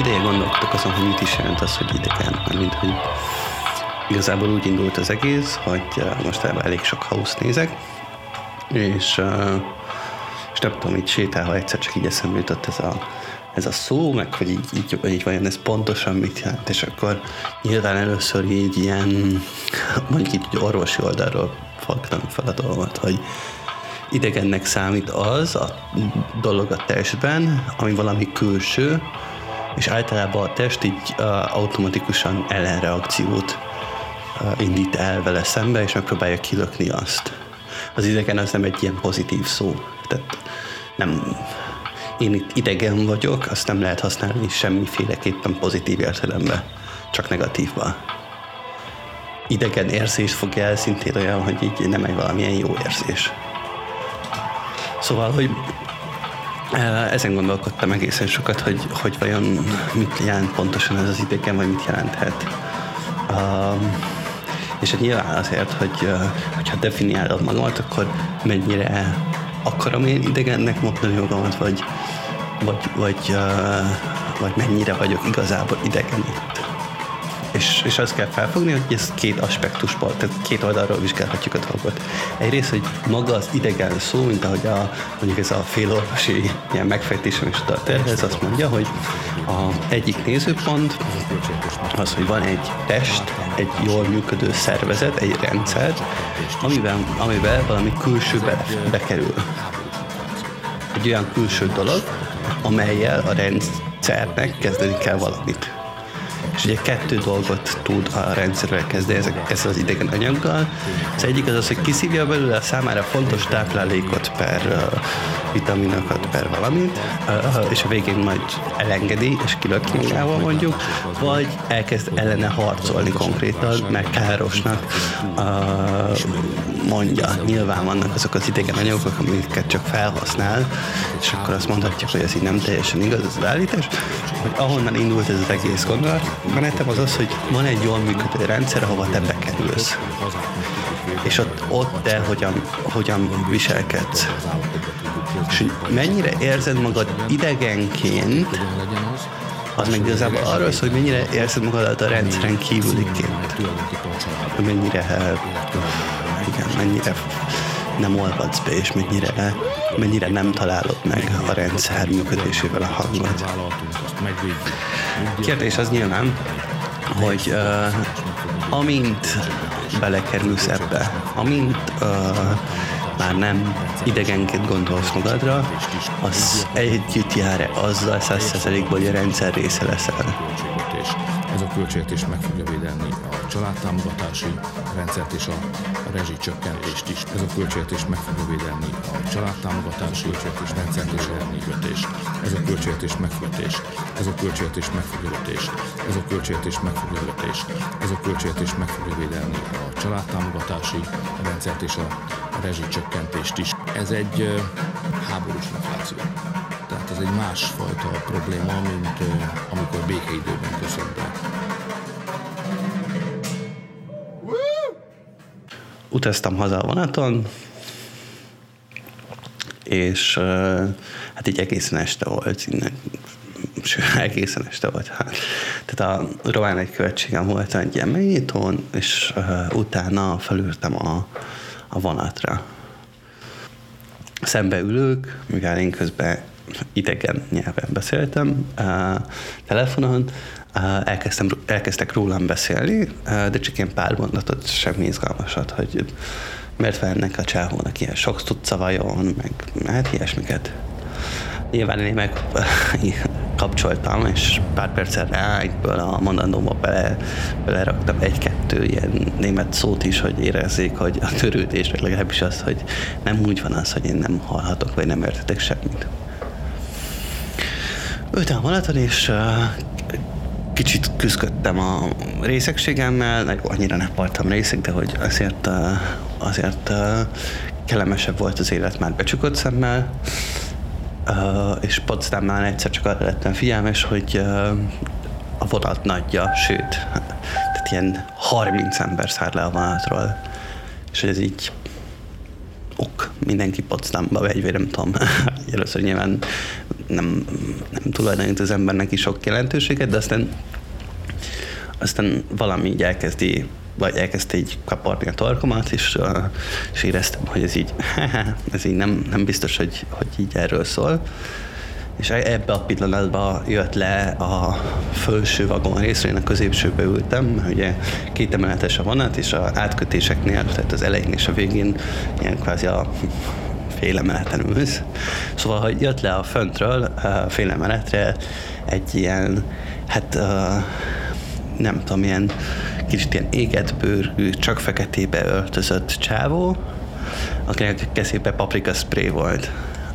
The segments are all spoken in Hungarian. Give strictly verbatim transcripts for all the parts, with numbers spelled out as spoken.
ideje gondolkodok azon, hogy mit is jelent az, hogy idegen, mint hogy igazából úgy indult az egész, hogy most elég sok house nézek, és, és nem tudom, így sétálva egyszer csak így eszembe jutott ez a, ez a szó, meg hogy így, így, így vajon ez pontosan mit jelent, és akkor nyilván először így ilyen, mondjuk így orvosi oldalról fogtam fel a dolgot, hogy idegennek számít az a dolog a testben, ami valami külső, és általában a test így uh, automatikusan ellenreakciót uh, indít el vele szembe, és megpróbálja kilökni azt. Az idegen az nem egy ilyen pozitív szó. Tehát nem, én itt idegen vagyok, azt nem lehet használni semmiféleképpen pozitív értelemben, csak negatívban. Idegen érzés fog el szintén olyan, hogy így nem egy valamilyen jó érzés. Szóval, hogy ezen gondolkodtam egészen sokat, hogy, hogy vajon mit jelent pontosan ez az idegen, vagy mit jelenthet. Um, és hát nyilván azért, hogy hogyha definiálod magamat, akkor mennyire akarom én idegennek mondani magamat, vagy, vagy, vagy, uh, vagy mennyire vagyok igazából idegen itt. És, és azt kell felfogni, hogy ez két aspektusból, tehát két oldalról vizsgálhatjuk a dolgot. Egyrészt, hogy maga az idegen szó, mint ahogy a, mondjuk ez a félorvosi ilyen megfejtésem is utal terhez, azt mondja, hogy a egyik nézőpont az, hogy van egy test, egy jól működő szervezet, egy rendszer, amiben, amiben valami külső be, bekerül. Egy olyan külső dolog, amellyel a rendszernek kezdeni kell valamit. És ugye kettő dolgot tud a rendszerrel kezdeni ezek, ezzel az idegen anyaggal. Az egyik az az, hogy kiszívja belőle a számára fontos táplálékot per uh, vitaminokat per valamit, uh, és a végén majd elengedi, és kilöki magával mondjuk, vagy elkezd ellene harcolni konkrétan, meg károsnak uh, mondja. Nyilván vannak azok az idegen anyagok, amiket csak felhasznál, és akkor azt mondhatjuk, hogy ez így nem teljesen igaz az állítás, hogy ahonnan indult ez az egész gondolat, menetem az az, hogy van egy jól működő rendszer, ahova te bekerülsz. És ott, ott te hogyan, hogyan viselkedsz. És mennyire érzed magad idegenként, az meg igazából arról szól, hogy mennyire érzed magadat a rendszeren kívüliként. Mennyire, igen, mennyire nem olvadsz be, és mennyire, mennyire nem találod meg a rendszer működésével a hangot. Kérdés az nyilván, hogy uh, amint belekerülsz ebbe, amint uh, már nem idegenként gondolsz magadra, az együtt jár azzal száz százalékban, hogy a rendszer része leszel. Ez a költségvetés meg fogja védeni a családtámogatási rendszert és a rezsicsökkentést is. Ez a költségvetés meg fogja védeni a családtámogatási rendszert és a rezsikötés. Ez a költségvetés megkötés. Ez a költségvetés megfogyótés. Ez a költségvetés megfogyótés. Ez a költségvetés meg fogja védeni a családtámogatási rendszert és a rezsicsökkentést is. Ez egy uh, háborús infláció. Tehát ez egy másfajta probléma, mint uh, amikor békeidőben köszönt be. Utaztam haza a vonaton, és uh, hát így egészen este volt, innen, egészen este volt. Hát. Tehát a román egykövetségem volt egy ilyen megnyitón, és uh, utána felültem a, a vonatra. Szembe ülők, mivel én közben idegen nyelven beszéltem uh, telefonon, uh, elkezdtem, elkezdtek rólam beszélni, uh, de csak ilyen pár mondatot, semmi izgalmasat, hogy miért van ennek a csávónak ilyen sok tudca vajon, meg hát ilyesmiket. Nyilván én meg kapcsoltam, és pár perccel rá egyből a mondandóba bele, beleraktam egy-kettő ilyen német szót is, hogy érezzék, hogy a törődés, vagy legalábbis az, hogy nem úgy van az, hogy én nem hallhatok, vagy nem értetek semmit. Ültem a vonaton, és uh, kicsit küzdöttem a részegségemmel, annyira nem voltam részeg, de hogy azért, uh, azért uh, kellemesebb volt az élet már becsukott szemmel, uh, és Potsdamnál egyszer csak arra lettem figyelmes, hogy uh, a vonat nagyja, sőt, tehát ilyen harminc ember száll le a vonatról, és ez így ok, mindenki Potsdamba megy, vagy nem tudom. Először nyilván nem, nem tulajdonít az embernek is sok jelentőséget, de aztán, aztán valami így elkezdi, vagy elkezdte így kaparni a torkomat, és, uh, és éreztem, hogy ez így, ez így nem, nem biztos, hogy, hogy így erről szól. És ebbe a pillanatban jött le a felső vagon részre, én a középsőbe ültem, ugye két emeletes a vonat, és az átkötéseknél, tehát az elején és a végén ilyen kvázi a fél emeleten ülsz. Szóval, hogy jött le a föntről a fél emeletre egy ilyen, hát nem tudom, ilyen kicsit ilyen égett bőrű, csak feketébe öltözött csávó, akinek kezébe paprika spray volt.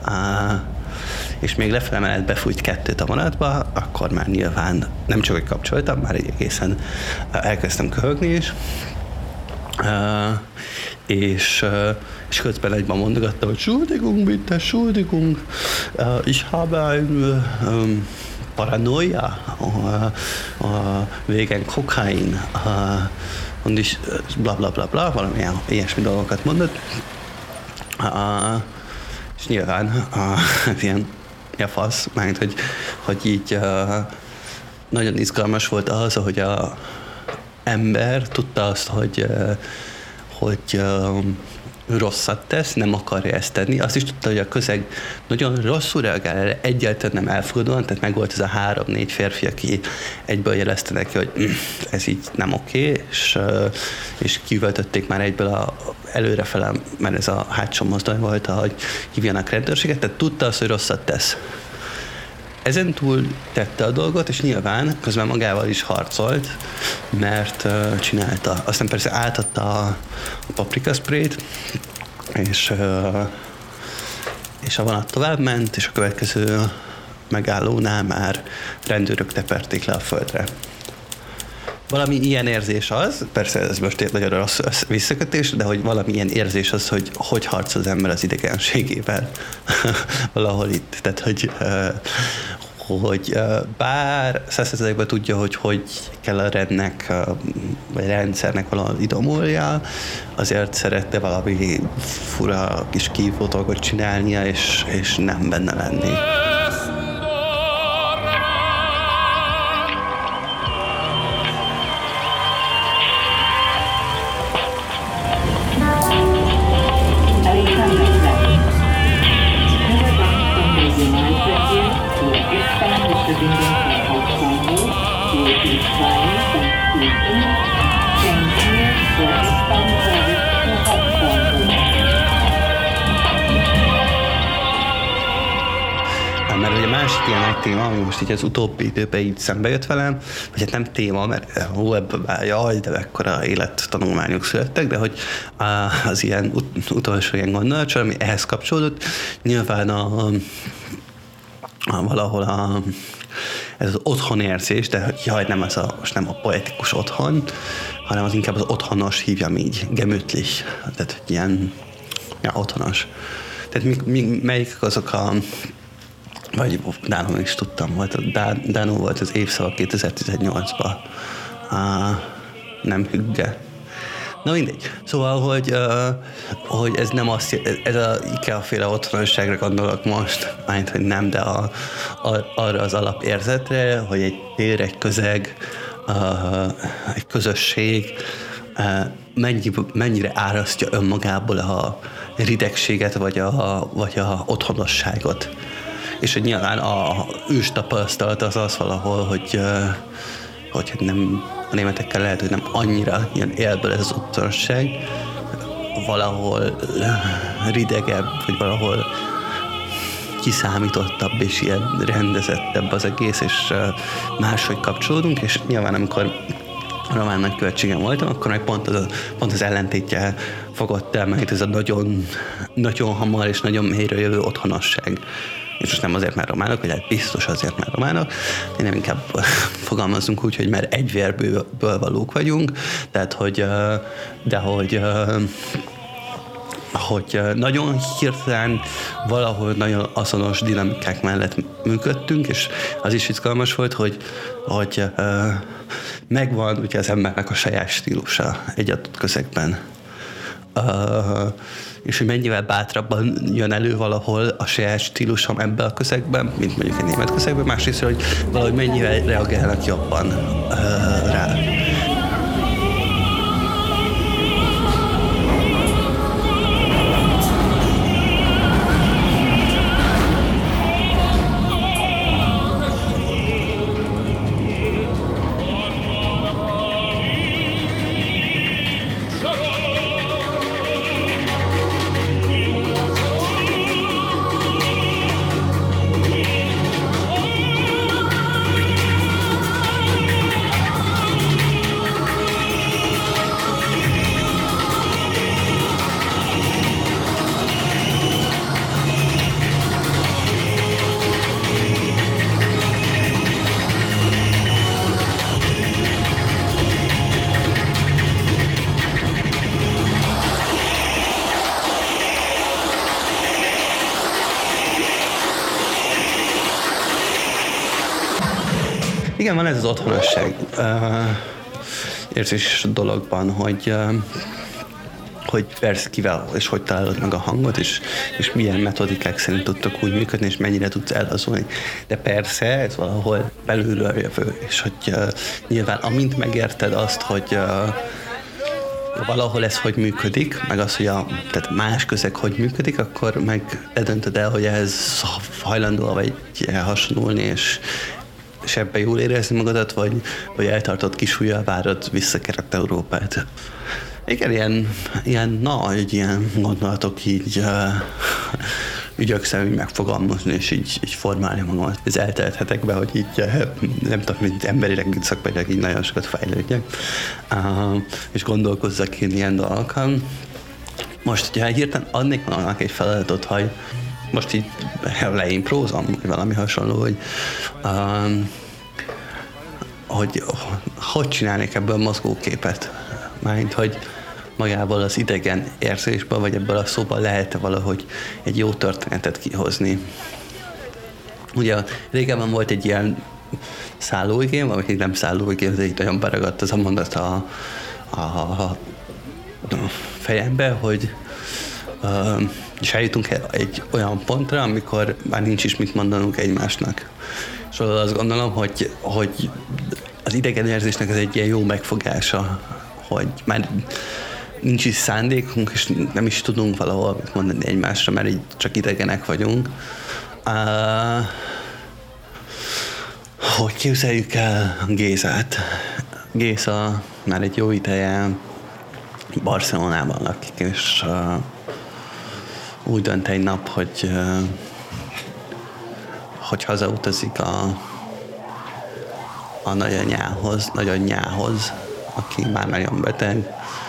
És még lefelé mellett befújt kettőt a vonatba, akkor már nyilván nem csak, hogy kapcsoltam, már így egészen elkezdtem köhögni is. Uh, és, uh, és közben egyben mondogattam, hogy Entschuldigung, bitte, Entschuldigung, uh, ich habe ein um, Paranoia uh, uh, wegen Kokain uh, und ich bla bla bla bla, valamilyen ilyesmi dolgokat mondott. Uh, és nyilván uh, ilyen ja, fasz, mert hogy, hogy így uh, nagyon izgalmas volt az, hogy a ember tudta azt, hogy, uh, hogy uh, rosszat tesz, nem akarja ezt tenni. Azt is tudta, hogy a közeg nagyon rosszul reagál erre, egyáltalán nem elfogadóan, tehát meg volt ez a három-négy férfi, aki egyből jelezte neki, hogy ez így nem oké, és, és kiüvöltötték már egyből a előrefele, mert ez a hátsó mozdony volt, hogy hívjanak rendőrséget, tehát tudta azt, hogy rosszat tesz. Ezen túl tette a dolgot, és nyilván közben magával is harcolt, mert uh, csinálta. Aztán persze átadta a, a paprika sprayt, és, uh, és a vonat tovább ment, és a következő megállónál már rendőrök teperték le a földre. Valami ilyen érzés az, persze ez most egy nagyon rossz visszakötés, de hogy valami ilyen érzés az, hogy hogy harcol az ember az idegenségével valahol itt. Tehát, hogy, hogy bár száz százalékban tudja, hogy hogy kell a rendnek, vagy a rendszernek valahol idomulja, azért szerette valami fura kis kívó dolgot csinálnia, és, és nem benne lenni. Mert ugye a másik ilyen nagy téma, ami most így az utóbbi időben így szembe jött velem, vagy hát nem téma, mert hú, ebből már jaj, de ekkora élettanulmányok születtek, de hogy az ilyen ut- utolsó ilyen gondolatcsor, ami ehhez kapcsolódott, nyilván a, a valahol a, ez az otthonérzés, de jaj, nem az a, most nem a poetikus otthon, hanem az inkább az otthonos, hívjam így, gemütlich, tehát ilyen, ja, otthonos. Tehát mi, mi, melyik azok a vagy Dánul is tudtam, volt, Dánul volt az évszava kétezer-tizennyolcban. Uh, nem hügge. Na mindegy. Szóval, hogy, uh, hogy ez nem azt, ez a IKEA-féle otthonosságra gondolok most, mert hogy nem, de a, a, arra az alapérzetre, hogy egy tér, egy közeg, uh, egy közösség uh, mennyi, mennyire árasztja önmagából a ridegséget, vagy a, vagy a otthonosságot. És hogy nyilván a ős tapasztalat az az valahol, hogy, hogy nem, a németekkel lehet, hogy nem annyira ilyen élből ez az otthonosság, valahol ridegebb, vagy valahol kiszámítottabb és ilyen rendezettebb az egész, és máshogy kapcsolódunk, és nyilván amikor a román nagykövetségen voltam, akkor meg pont az, pont az ellentétje fogott el, mert ez a nagyon, nagyon hamar és nagyon mélyre jövő otthonosság. És most nem azért már románok, vagy hát biztos azért már románok, én nem inkább fogalmazunk úgy, hogy már egy vérből valók vagyunk, tehát hogy, de hogy, hogy nagyon hirtelen valahol nagyon azonos dinamikák mellett működtünk, és az is izgalmas volt, hogy, hogy megvan ugye az embernek a saját stílusa egy adott közegben. uh, és hogy mennyivel bátrabban jön elő valahol a saját stílusom ebben a közegben, mint mondjuk egy német közegben, másrészt, hogy valahogy mennyivel reagálnak jobban uh, rá. Igen, van ez az otthonosság uh, érzés dologban, hogy, uh, hogy persze kivel és hogy találod meg a hangot, és, és milyen metodikák szerint tudtok úgy működni, és mennyire tudsz elhazulni. De persze ez valahol belülről jövő, és hogy uh, nyilván amint megérted azt, hogy uh, valahol ez hogy működik, meg az, hogy a, tehát más közeg hogy működik, akkor meg eldöntöd el, hogy ez hajlandó vagy hasonlulni, és és ebben jól érezni magadat, vagy, vagy eltartott kis ujjal várod vissza Kelet-Európát. Igen, ilyen, ilyen nagy, ilyen gondolatok így uh, ügyökszem így megfogalmazni, és így, így formálni magamat. Ez eltelt hetekben, hogy így uh, nem tudom, mint emberileg, szakmailag így nagyon sokat fejlődjek, uh, és gondolkozzak én ilyen dolgokkal. Most, hogyha hirtelen adnék annak egy feladatot, hogy most így leimprózom, vagy valami hasonló, hogy, um, hogy hogy csinálnék ebből mozgóképet. Mármint, hogy magából az idegen érzésből, vagy ebből a szóból lehet-e valahogy egy jó történetet kihozni. Ugye régebben volt egy ilyen szállóigém, vagy nem szállóigém, de így nagyon beragadt az a mondat a, a, a fejembe, hogy uh, és eljutunk egy olyan pontra, amikor már nincs is mit mondanunk egymásnak. És azt gondolom, hogy, hogy az idegenérzésnek ez egy ilyen jó megfogása, hogy már nincs is szándékunk, és nem is tudunk valahol mit mondani egymásra, mert így csak idegenek vagyunk. Uh, hogy képzeljük el Gézát. Géza már egy jó ideje Barcelonában lakik, és uh, úgy dönt egy nap, hogy, hogy hazautazik a, a nagyanyához, nagyanyjához, aki már nagyon beteg,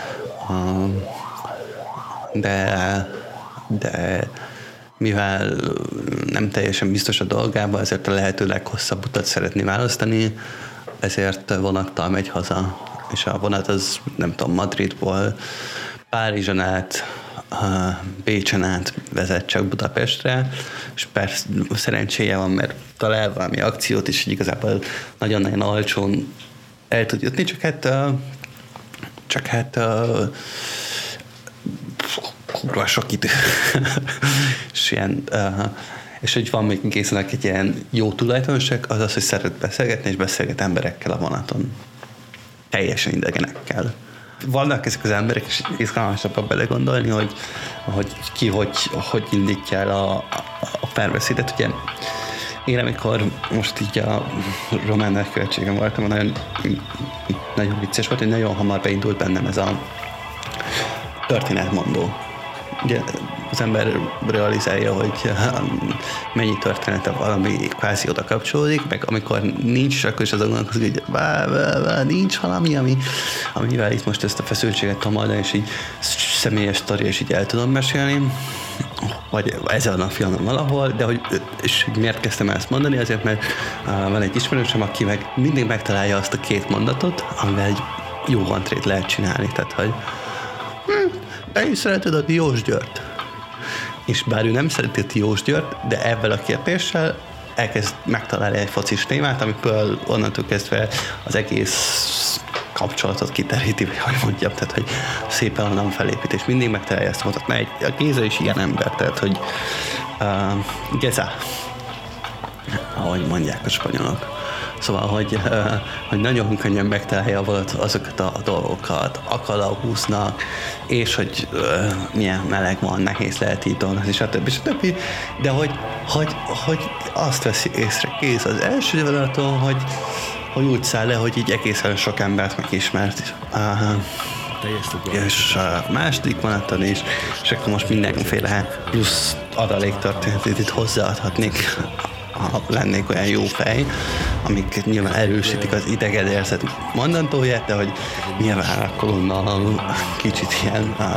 de, de mivel nem teljesen biztos a dolgában, ezért a lehető leghosszabb utat szeretné választani, ezért vonattal megy haza, és a vonat az, nem tudom, Madridból Párizson át, Uh, Bécsen át vezet csak Budapestre, és persze szerencséje van, mert talál valami akciót, és igazából nagyon-nagyon olcsón el tud jutni, csak hát uh, csak hát uh, kurva sok idő. és, ilyen, uh, és hogy van még Gézának egy ilyen jó tulajdonság, az az, hogy szeret beszélgetni, és beszélget emberekkel a vonaton. Teljesen idegenekkel. Vannak ezek az emberek, és izgalmasabbak belegondolni, hogy, hogy ki hogy, hogy indítja el a, a párbeszédet. Ugye én, amikor most így a román nagykövetségen voltam, nagyon, nagyon vicces volt, hogy nagyon hamar beindult bennem ez a történetmondó. Ugye az ember realizálja, hogy mennyi története valami kvázi oda kapcsolódik, meg amikor nincs, akkor is azon gondolkozik, hogy bá, bá, bá, nincs valami, ami, amivel itt most ezt a feszültséget tudom oldani, és így személyes sztori, és így el tudom mesélni, vagy ezen a filmen valahol, de hogy és miért kezdtem ezt mondani, azért, mert uh, van egy ismerősöm, aki meg mindig megtalálja azt a két mondatot, amivel egy jó antrét lehet csinálni, tehát, hogy hm, te is szereted a Diós Győrt. És bár ő nem szereti a Diós Győrt, de ebben a kérdéssel elkezd megtalálni egy focis témát, amiből onnantól kezdve az egész kapcsolatot kiteríti, vagy hogy mondjam, tehát hogy szépen onnan felépít, és mindig megtalálja ezt a mondatot, mert egy, a Géza is ilyen ember, tehát hogy uh, Géza, ahogy mondják a spanyolok. Szóval, hogy, uh, hogy nagyon könnyen megtalálja azokat a dolgokat, akalauhúznak, és hogy uh, milyen meleg van, nehéz lehet így dolgozni, stb. stb. De hogy, hogy, hogy azt veszi észre kész az első javaslaton, hogy, hogy úgy száll le, hogy így egészen sok embert megismert. Uh, és a második vonaton is, és akkor most mindenféle plusz adaléktörténetet itt hozzáadhatnék, ha lennék olyan jó fej, amik nyilván erősítik az idegedérzet mondantóját, de hogy nyilván akkor onnan kicsit ilyen uh,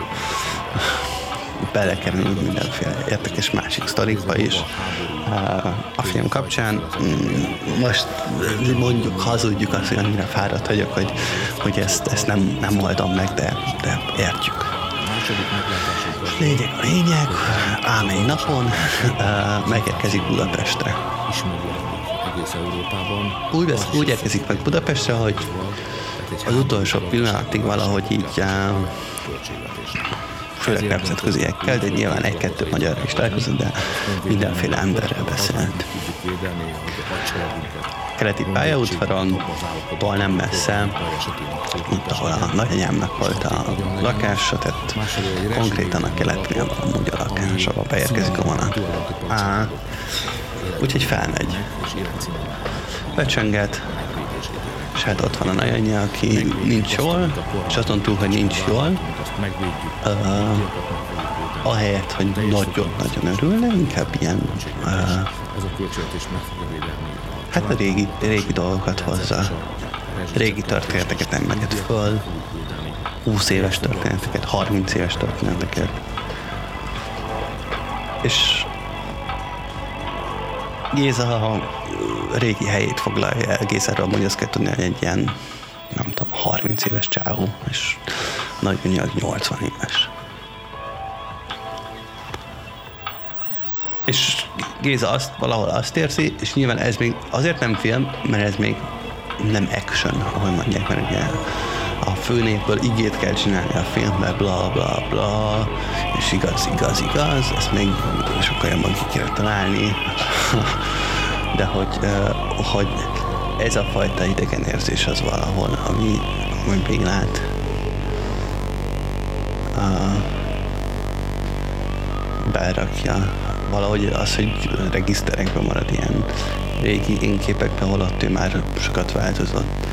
belekerülünk mindenféle érdekes másik sztorikba is uh, a film kapcsán. Most mondjuk, hazudjuk azt, hogy annyira fáradt vagyok, hogy, hogy ezt, ezt nem, nem oldom meg, de, de értjük. Lényeg a lényeg, ám egy napon uh, megérkezik Budapestre. Úgy, úgy érkezik meg Budapestre, hogy az utolsó pillanatig valahogy így uh, főleg nemzetköziekkel, de nyilván egy-kettő magyar is találkozott, de mindenféle emberrel beszélt. Keleti pályaudvaron, tól nem messze, itt ahol a nagyanyámnak volt a lakása, tehát konkrétan a keletnél van amúgy a lakás, ahol beérkezik a vonat. Á, úgyhogy felmegy. Becsönget, és hát ott van a nagyanyja, aki nincs jól, és azon túl, hogy nincs jól, uh, ahelyett, hogy nagyon-nagyon örülne, inkább ilyen uh, hát a régi, régi dolgokat hozza, régi történeteket emleget föl, húsz éves történeteket, harminc éves történeteket. És Géza a régi helyét foglalja el. Gézáról mondja, azt kell tudni, hogy egy ilyen, nem tudom, harminc éves csávó, és nagyanyja nyolcvan éves. És Géza azt, valahol azt érzi, és nyilván ez még azért nem film, mert ez még nem action, ahogy mondják, mert ugye a főnépből igét kell csinálni a filmben, bla bla bla, és igaz, igaz, igaz, ezt még sokkal jobban ki kell találni, de hogy, hogy ez a fajta idegenérzés az valahol, ami, ami még lát. Berakja. Valahogy az, hogy regiszterekben marad ilyen régi énképekben, holott ő már sokat változott.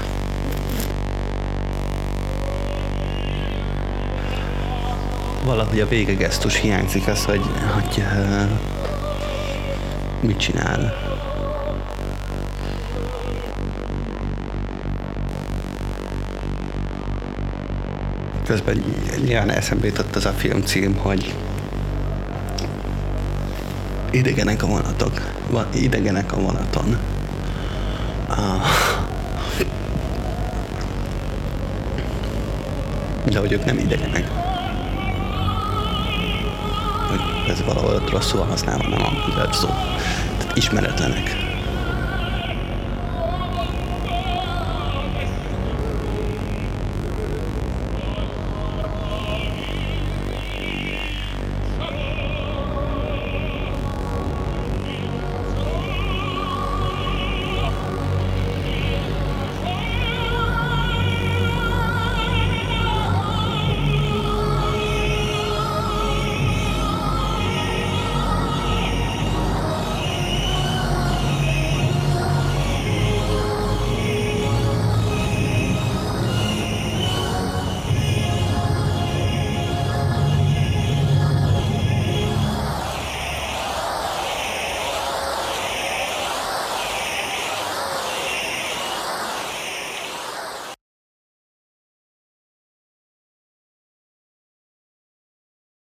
Valahogy a végegesztus hiányzik az, hogy, hogy uh, mit csinál. Közben nyilván eszembe jutott az a filmcím, hogy Idegenek a vonatok. Idegenek a vonaton. Ah. De hogy ők nem idegenek. Hogy ez valahol ott rosszul használva, nem a szó. Tehát ismeretlenek.